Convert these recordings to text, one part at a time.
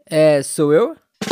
Sou eu?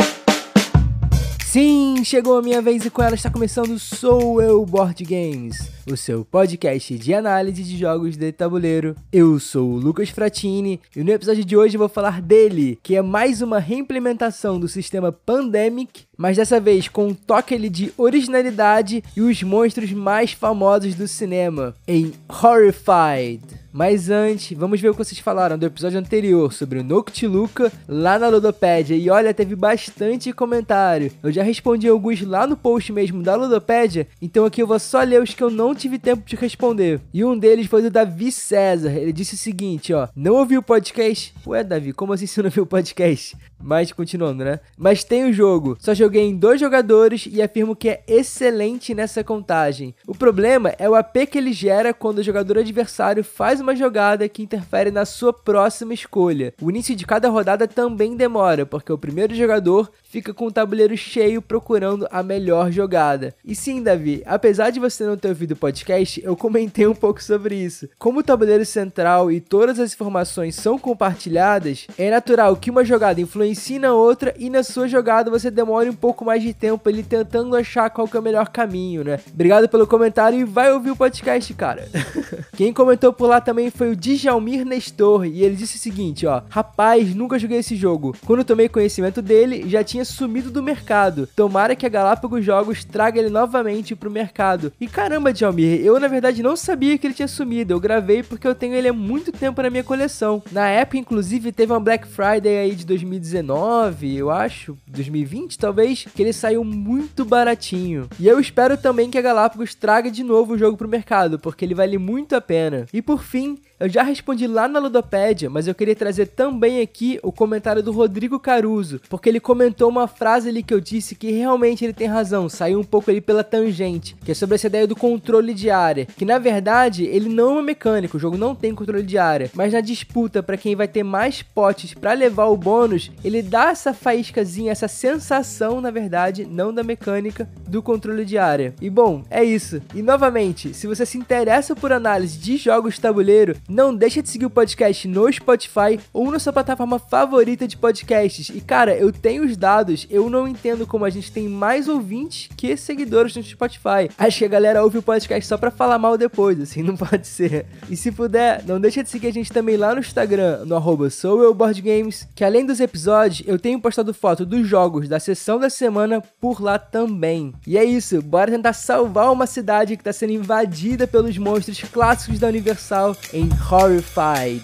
Sim, chegou a minha vez e com ela está começando Sou Eu Board Games, o seu podcast de análise de jogos de tabuleiro. Eu sou o Lucas Fratini e no episódio de hoje eu vou falar dele, que é mais uma reimplementação do sistema Pandemic, mas dessa vez com um toque de originalidade e os monstros mais famosos do cinema, em Horrified. Mas antes, vamos ver o que vocês falaram do episódio anterior sobre o Noctiluca lá na Ludopédia. E olha, teve bastante comentário. Eu já respondi alguns lá no post mesmo da Ludopédia, então aqui eu vou só ler os que eu não tive tempo de responder. E um deles foi do Davi César. Ele disse o seguinte, não ouviu o podcast? Ué, Davi, como assim você não viu o podcast? Mas continuando, né? Mas tem o jogo. Só joguei em 2 jogadores e afirmo que é excelente nessa contagem. O problema é o AP que ele gera quando o jogador adversário faz uma jogada que interfere na sua próxima escolha. O início de cada rodada também demora, porque o primeiro jogador fica com o tabuleiro cheio procurando a melhor jogada. E sim, Davi, apesar de você não ter ouvido o podcast, eu comentei um pouco sobre isso. Como o tabuleiro central e todas as informações são compartilhadas, é natural que uma jogada influencie na outra e na sua jogada você demore um pouco mais de tempo ali tentando achar qual que é o melhor caminho, né? Obrigado pelo comentário e vai ouvir o podcast, cara. Quem comentou por lá também foi o Djalmir Nestor e ele disse o seguinte, rapaz, nunca joguei esse jogo. Quando tomei conhecimento dele, já tinha sumido do mercado. Tomara que a Galápagos Jogos traga ele novamente pro mercado. E caramba, Djalmir, eu na verdade não sabia que ele tinha sumido. Eu gravei porque eu tenho ele há muito tempo na minha coleção. Na época, inclusive, teve uma Black Friday aí de 2019, eu acho, 2020 talvez, que ele saiu muito baratinho. E eu espero também que a Galápagos traga de novo o jogo pro mercado, porque ele vale muito a pena. E por fim, eu já respondi lá na Ludopédia, mas eu queria trazer também aqui o comentário do Rodrigo Caruso, porque ele comentou uma frase ali que eu disse que realmente ele tem razão, saiu um pouco ali pela tangente, que é sobre essa ideia do controle de área, que na verdade ele não é uma mecânica, o jogo não tem controle de área, mas na disputa para quem vai ter mais potes para levar o bônus, ele dá essa faíscazinha, essa sensação, na verdade, não da mecânica, do controle de área. E bom, é isso. E novamente, se você se interessa por análise de jogos de tabuleiro, não deixa de seguir o podcast no Spotify ou na sua plataforma favorita de podcasts. E cara, eu tenho os dados, eu não entendo como a gente tem mais ouvintes que seguidores no Spotify. Acho que a galera ouve o podcast só pra falar mal depois, assim, não pode ser. E se puder, não deixa de seguir a gente também lá no Instagram, no @soueuboardgames, que além dos episódios, eu tenho postado foto dos jogos da sessão da semana por lá também. E é isso, bora tentar salvar uma cidade que tá sendo invadida pelos monstros clássicos da Universal em Horrified.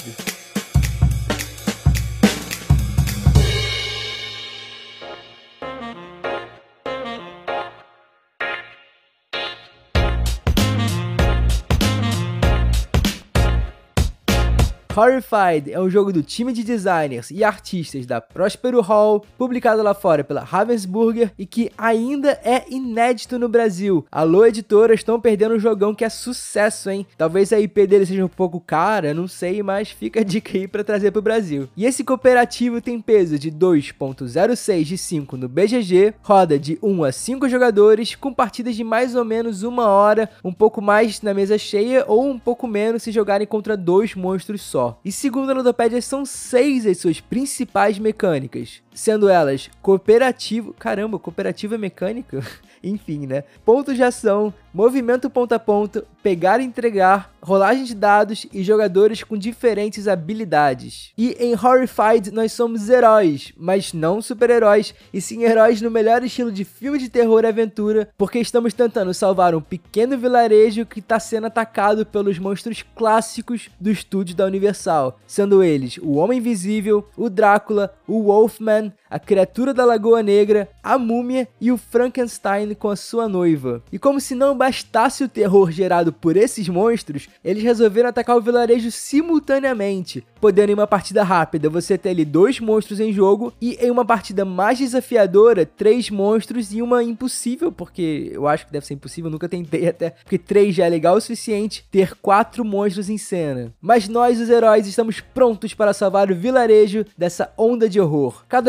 Horrified é um jogo do time de designers e artistas da Prospero Hall, publicado lá fora pela Ravensburger e que ainda é inédito no Brasil. Alô, editoras, estão perdendo um jogão que é sucesso, hein? Talvez a IP dele seja um pouco cara, não sei, mas fica a dica aí pra trazer pro Brasil. E esse cooperativo tem peso de 2.06 de 5 no BGG, roda de 1 a 5 jogadores, com partidas de mais ou menos 1 hora, um pouco mais na mesa cheia ou um pouco menos se jogarem contra 2 monstros só. E segundo a Ludopédia, são 6 as suas principais mecânicas, sendo elas cooperativo... Caramba, cooperativo é mecânica? Enfim, né? Pontos de ação, movimento ponto a ponto, pegar e entregar, rolagem de dados e jogadores com diferentes habilidades. E em Horrified nós somos heróis, mas não super-heróis, e sim heróis no melhor estilo de filme de terror e aventura, porque estamos tentando salvar um pequeno vilarejo que está sendo atacado pelos monstros clássicos do estúdio da Universal, sendo eles o Homem Invisível, o Drácula, o Wolfman, a criatura da Lagoa Negra, a Múmia e o Frankenstein com a sua noiva. E como se não bastasse o terror gerado por esses monstros, eles resolveram atacar o vilarejo simultaneamente, podendo em uma partida rápida você ter ali 2 monstros em jogo e em uma partida mais desafiadora 3 monstros e uma impossível, porque eu acho que deve ser impossível, nunca tentei até, porque 3 já é legal o suficiente, ter 4 monstros em cena. Mas nós, os heróis, estamos prontos para salvar o vilarejo dessa onda de horror. Cada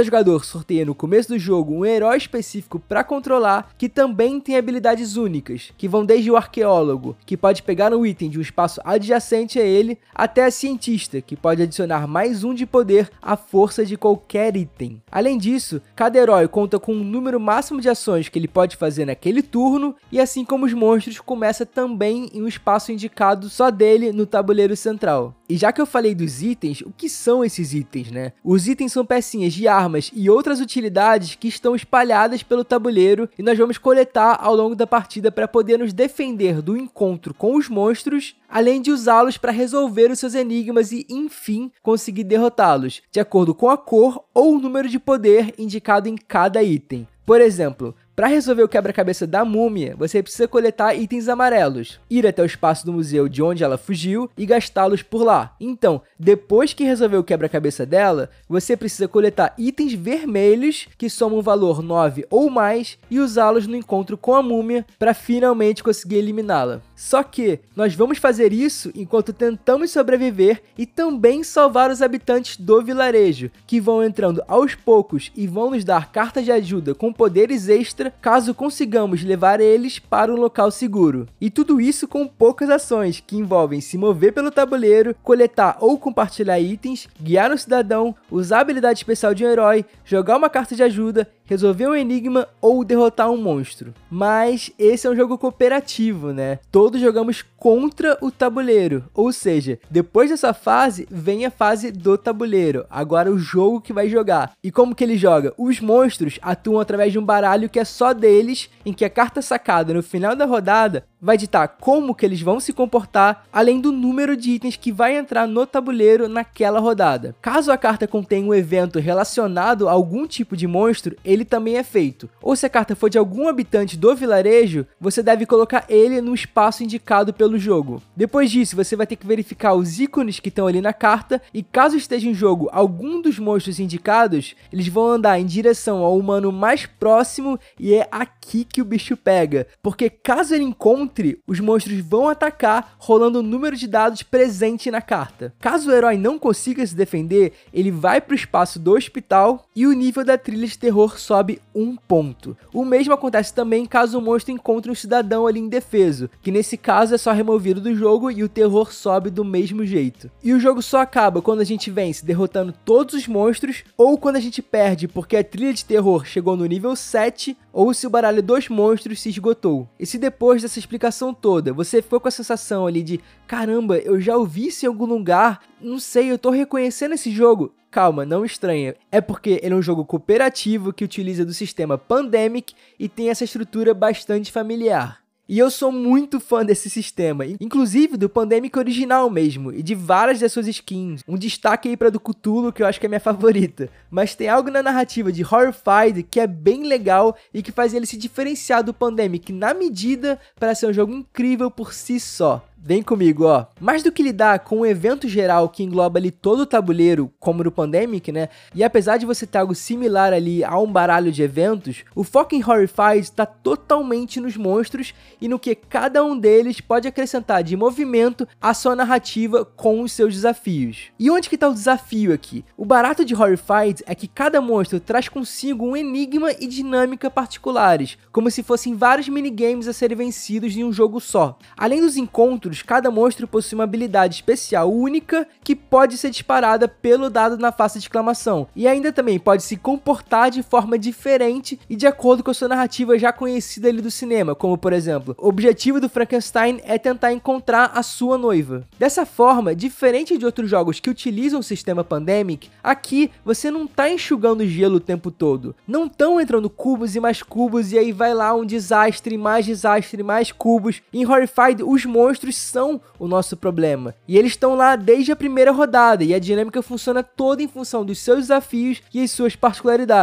Cada jogador sorteia no começo do jogo um herói específico para controlar, que também tem habilidades únicas, que vão desde o arqueólogo, que pode pegar um item de um espaço adjacente a ele, até a cientista, que pode adicionar mais um de poder à força de qualquer item. Além disso, cada herói conta com um número máximo de ações que ele pode fazer naquele turno, e assim como os monstros, começa também em um espaço indicado só dele no tabuleiro central. E já que eu falei dos itens, o que são esses itens, né? Os itens são pecinhas de armas e outras utilidades que estão espalhadas pelo tabuleiro e nós vamos coletar ao longo da partida para poder nos defender do encontro com os monstros, além de usá-los para resolver os seus enigmas e, enfim, conseguir derrotá-los, de acordo com a cor ou o número de poder indicado em cada item. Por exemplo, para resolver o quebra-cabeça da múmia, você precisa coletar itens amarelos, ir até o espaço do museu de onde ela fugiu e gastá-los por lá. Então, depois que resolver o quebra-cabeça dela, você precisa coletar itens vermelhos que somam um valor 9 ou mais e usá-los no encontro com a múmia para finalmente conseguir eliminá-la. Só que nós vamos fazer isso enquanto tentamos sobreviver e também salvar os habitantes do vilarejo, que vão entrando aos poucos e vão nos dar cartas de ajuda com poderes extras caso consigamos levar eles para um local seguro. E tudo isso com poucas ações, que envolvem se mover pelo tabuleiro, coletar ou compartilhar itens, guiar um cidadão, usar a habilidade especial de um herói, jogar uma carta de ajuda, resolver um enigma ou derrotar um monstro. Mas esse é um jogo cooperativo, né? Todos jogamos contra o tabuleiro, ou seja, depois dessa fase vem a fase do tabuleiro, agora o jogo que vai jogar. E como que ele joga? Os monstros atuam através de um baralho que é só deles, em que a carta sacada no final da rodada vai ditar como que eles vão se comportar, além do número de itens que vai entrar no tabuleiro naquela rodada. Caso a carta contenha um evento relacionado a algum tipo de monstro, ele também é feito. Ou se a carta for de algum habitante do vilarejo, você deve colocar ele no espaço indicado pelo jogo. Depois disso, você vai ter que verificar os ícones que estão ali na carta, e caso esteja em jogo algum dos monstros indicados, eles vão andar em direção ao humano mais próximo, e é aqui que o bicho pega, porque caso ele encontre, os monstros vão atacar, rolando o número de dados presente na carta. Caso o herói não consiga se defender, ele vai para o espaço do hospital e o nível da trilha de terror sobe 1 ponto. O mesmo acontece também caso o monstro encontre um cidadão ali indefeso, que nesse caso é só removido do jogo e o terror sobe do mesmo jeito. E o jogo só acaba quando a gente vence derrotando todos os monstros, ou quando a gente perde porque a trilha de terror chegou no nível 7, ou se o baralho dos monstros se esgotou. E se depois dessa explicação toda, você ficou com a sensação ali de caramba, eu já ouvi isso em algum lugar, não sei, eu tô reconhecendo esse jogo. Calma, não estranha, é porque ele é um jogo cooperativo que utiliza do sistema Pandemic e tem essa estrutura bastante familiar. E eu sou muito fã desse sistema, inclusive do Pandemic original mesmo, e de várias das suas skins. Um destaque aí pra do Cthulhu, que eu acho que é minha favorita. Mas tem algo na narrativa de Horrified que é bem legal e que faz ele se diferenciar do Pandemic na medida para ser um jogo incrível por si só. Vem comigo, ó. Mais do que lidar com um evento geral que engloba ali todo o tabuleiro, como no Pandemic, né? E apesar de você ter algo similar ali a um baralho de eventos, o foco em Horrified está totalmente nos monstros e no que cada um deles pode acrescentar de movimento à sua narrativa com os seus desafios. E onde que tá o desafio aqui? O barato de Horrified é que cada monstro traz consigo um enigma e dinâmica particulares, como se fossem vários minigames a serem vencidos em um jogo só. Além dos encontros, cada monstro possui uma habilidade especial única que pode ser disparada pelo dado na face de exclamação, e ainda também pode se comportar de forma diferente e de acordo com a sua narrativa já conhecida ali do cinema, como por exemplo, o objetivo do Frankenstein é tentar encontrar a sua noiva. Dessa forma, diferente de outros jogos que utilizam o sistema Pandemic, aqui você não tá enxugando gelo o tempo todo, não estão entrando cubos e aí vai lá um desastre, mais cubos. Em Horrified, os monstros são o nosso problema, e eles estão lá desde a primeira rodada, e a dinâmica funciona toda em função dos seus desafios e as suas particularidades.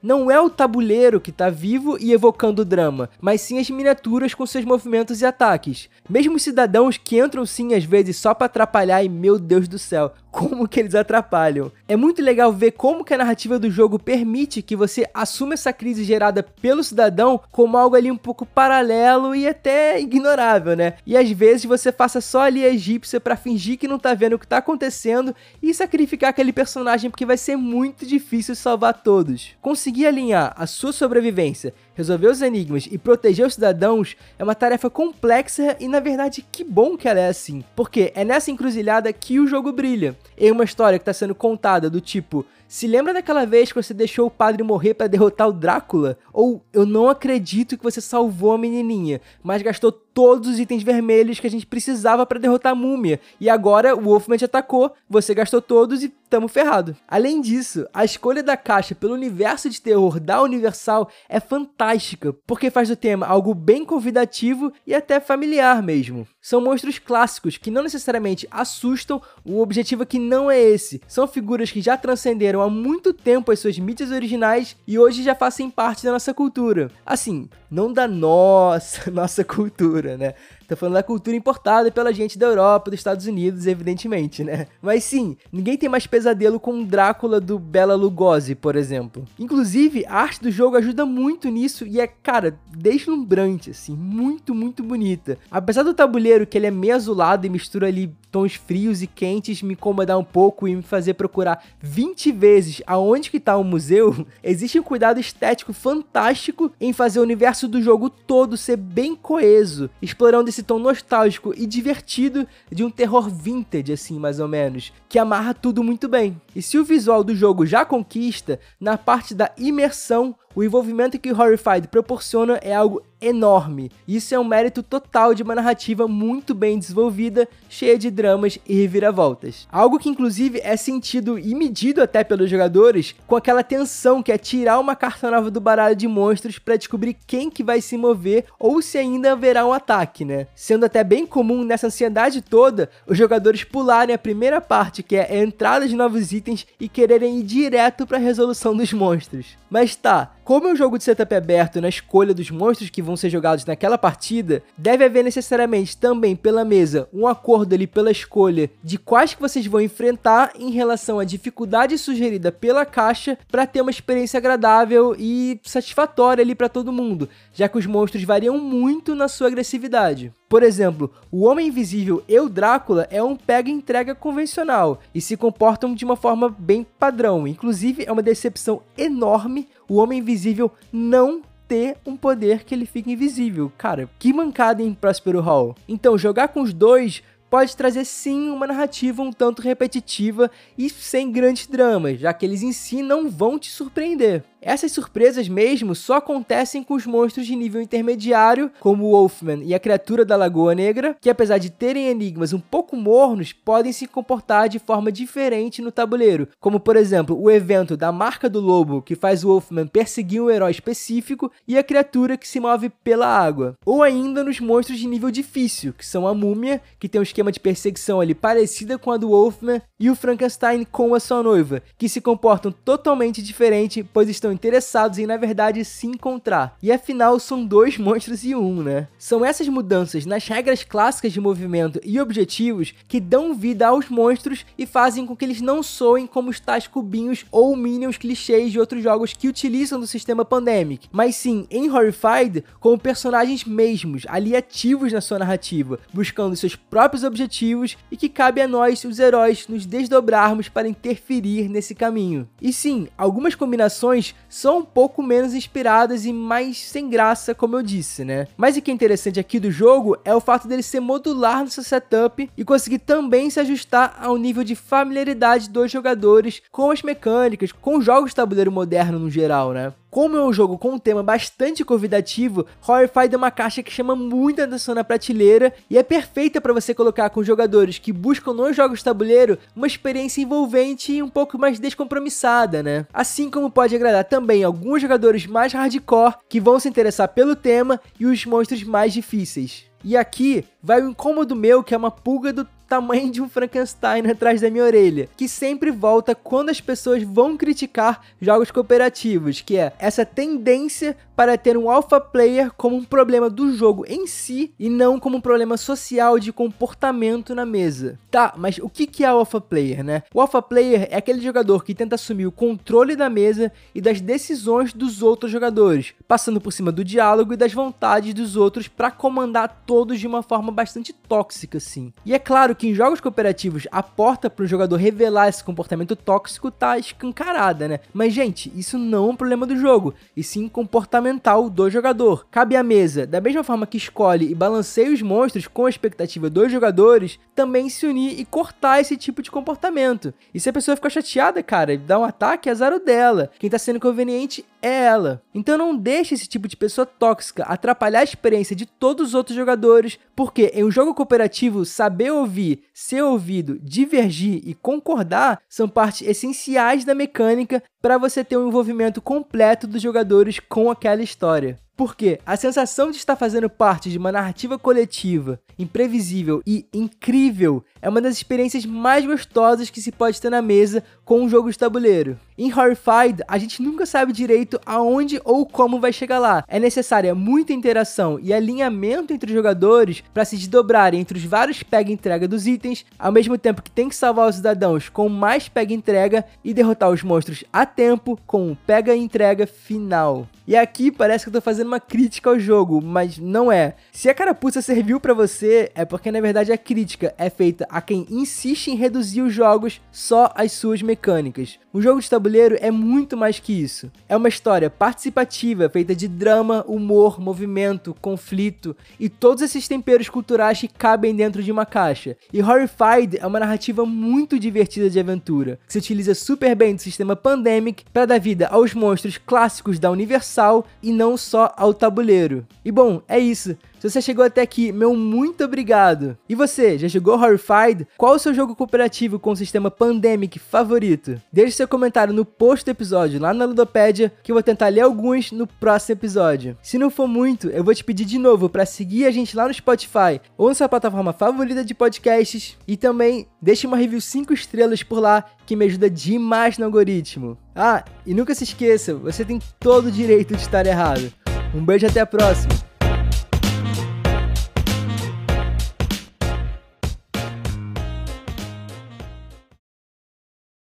não é o tabuleiro que tá vivo e evocando o drama, mas sim as miniaturas com seus movimentos e ataques. Mesmo os cidadãos que entram sim às vezes só pra atrapalhar e meu Deus do céu, como que eles atrapalham. É muito legal ver como que a narrativa do jogo permite que você assuma essa crise gerada pelo cidadão como algo ali um pouco paralelo e até ignorável, né? E às vezes você faça só ali a egípcia pra fingir que não tá vendo o que tá acontecendo e sacrificar aquele personagem porque vai ser muito difícil salvar todos. Conseguir alinhar a sua sobrevivência, resolver os enigmas e proteger os cidadãos é uma tarefa complexa e na verdade que bom que ela é assim, porque é nessa encruzilhada que o jogo brilha. Em uma história que está sendo contada do tipo, se lembra daquela vez que você deixou o padre morrer para derrotar o Drácula? Ou eu não acredito que você salvou a menininha, mas gastou todos os itens vermelhos que a gente precisava para derrotar a múmia, e agora o Wolfman te atacou, você gastou todos e tamo ferrado. Além disso, a escolha da caixa pelo universo de terror da Universal é fantástica, porque faz do tema algo bem convidativo e até familiar mesmo. São monstros clássicos que não necessariamente assustam, o objetivo aqui não é esse. São figuras que já transcenderam há muito tempo as suas mídias originais e hoje já fazem parte da nossa cultura. Assim, não da nossa cultura, né? Tô falando da cultura importada pela gente da Europa, dos Estados Unidos, evidentemente, né? Mas sim, ninguém tem mais pesadelo com o Drácula do Bela Lugosi, por exemplo. Inclusive, a arte do jogo ajuda muito nisso e é, cara, deslumbrante, assim, muito, muito bonita. Apesar do tabuleiro, que ele é meio azulado e mistura ali tons frios e quentes, me incomodar um pouco e me fazer procurar 20 vezes aonde que tá o museu, existe um cuidado estético fantástico em fazer o universo do jogo todo ser bem coeso, explorando esse tom nostálgico e divertido de um terror vintage, assim, mais ou menos, que amarra tudo muito bem. E se o visual do jogo já conquista, na parte da imersão, o envolvimento que Horrified proporciona é algo enorme. Isso é um mérito total de uma narrativa muito bem desenvolvida, cheia de dramas e reviravoltas. Algo que inclusive é sentido e medido até pelos jogadores, com aquela tensão que é tirar uma carta nova do baralho de monstros para descobrir quem que vai se mover ou se ainda haverá um ataque, né? Sendo até bem comum nessa ansiedade toda, os jogadores pularem a primeira parte, que é a entrada de novos itens, e quererem ir direto para a resolução dos monstros. Mas tá, como é um jogo de setup aberto na escolha dos monstros que vão ser jogados naquela partida, deve haver necessariamente também pela mesa um acordo ali pela escolha de quais que vocês vão enfrentar em relação à dificuldade sugerida pela caixa para ter uma experiência agradável e satisfatória ali para todo mundo, já que os monstros variam muito na sua agressividade. Por exemplo, o Homem Invisível e o Drácula é um pega e entrega convencional e se comportam de uma forma bem padrão. Inclusive, é uma decepção enorme o Homem Invisível não ter um poder que ele fica invisível. Cara, que mancada em Prospero Hall. Então, jogar com os dois pode trazer sim uma narrativa um tanto repetitiva e sem grandes dramas, já que eles em si não vão te surpreender. Essas surpresas mesmo só acontecem com os monstros de nível intermediário, como o Wolfman e a criatura da Lagoa Negra, que apesar de terem enigmas um pouco mornos, podem se comportar de forma diferente no tabuleiro, como por exemplo o evento da Marca do Lobo, que faz o Wolfman perseguir um herói específico, e a criatura que se move pela água. Ou ainda nos monstros de nível difícil, que são a Múmia, que tem um esquema de perseguição ali parecida com a do Wolfman, e o Frankenstein com a sua noiva, que se comportam totalmente diferente, pois estão interessados em, na verdade, se encontrar. E afinal, são dois monstros em um, né? São essas mudanças nas regras clássicas de movimento e objetivos que dão vida aos monstros e fazem com que eles não soem como os tais cubinhos ou minions clichês de outros jogos que utilizam do sistema Pandemic, mas sim, em Horrified, como personagens mesmos, ali ativos na sua narrativa, buscando seus próprios objetivos e que cabe a nós, os heróis, nos desdobrarmos para interferir nesse caminho. E sim, algumas combinações são um pouco menos inspiradas e mais sem graça, como eu disse, né? Mas o que é interessante aqui do jogo é o fato dele ser modular no seu setup e conseguir também se ajustar ao nível de familiaridade dos jogadores com as mecânicas, com os jogos de tabuleiro moderno no geral, né? Como é um jogo com um tema bastante convidativo, Horrified é uma caixa que chama muita atenção na prateleira e é perfeita para você colocar com jogadores que buscam nos jogos de tabuleiro uma experiência envolvente e um pouco mais descompromissada, né? Assim como pode agradar também alguns jogadores mais hardcore que vão se interessar pelo tema e os monstros mais difíceis. E aqui vai o incômodo meu, que é uma pulga do tamanho de um Frankenstein atrás da minha orelha, que sempre volta quando as pessoas vão criticar jogos cooperativos, que é essa tendência para ter um alpha player como um problema do jogo em si e não como um problema social de comportamento na mesa. Tá, mas o que é o alpha player, né? O alpha player é aquele jogador que tenta assumir o controle da mesa e das decisões dos outros jogadores, passando por cima do diálogo e das vontades dos outros para comandar todos de uma forma bastante tóxica, assim. E é claro que em jogos cooperativos a porta para o jogador revelar esse comportamento tóxico tá escancarada, né? Mas, gente, isso não é um problema do jogo, e sim comportamental do jogador. Cabe à mesa, da mesma forma que escolhe e balanceia os monstros com a expectativa dos jogadores, também se unir e cortar esse tipo de comportamento. E se a pessoa ficar chateada, cara, e dá um ataque, é azar dela. Quem tá sendo conveniente é ela. Então não deixe esse tipo de pessoa tóxica atrapalhar a experiência de todos os outros jogadores, porque em um jogo cooperativo, saber ouvir, ser ouvido, divergir e concordar são partes essenciais da mecânica para você ter um envolvimento completo dos jogadores com aquela história. Porque a sensação de estar fazendo parte de uma narrativa coletiva, imprevisível e incrível, é uma das experiências mais gostosas que se pode ter na mesa com um jogo de tabuleiro. Em Horrified, a gente nunca sabe direito aonde ou como vai chegar lá. É necessária muita interação e alinhamento entre os jogadores para se desdobrarem entre os vários pega-entrega dos itens, ao mesmo tempo que tem que salvar os cidadãos com mais pega-entrega e derrotar os monstros a tempo com o pega-entrega final. E aqui parece que eu tô fazendo uma crítica ao jogo, mas não é. Se a carapuça serviu pra você, é porque na verdade a crítica é feita a quem insiste em reduzir os jogos só às suas mecânicas. Um jogo de tabuleiro é muito mais que isso. É uma história participativa, feita de drama, humor, movimento, conflito e todos esses temperos culturais que cabem dentro de uma caixa. E Horrified é uma narrativa muito divertida de aventura, que se utiliza super bem do sistema Pandemic para dar vida aos monstros clássicos da Universal e não só ao tabuleiro. E bom, é isso. Se você chegou até aqui, meu muito obrigado. E você, já jogou Horrified? Qual o seu jogo cooperativo com o sistema Pandemic favorito? Deixe seu comentário no post do episódio lá na Ludopédia, que eu vou tentar ler alguns no próximo episódio. Se não for muito, eu vou te pedir de novo para seguir a gente lá no Spotify ou na sua plataforma favorita de podcasts. E também deixe uma review 5 estrelas por lá, que me ajuda demais no algoritmo. Ah, e nunca se esqueça, você tem todo o direito de estar errado. Um beijo, até a próxima.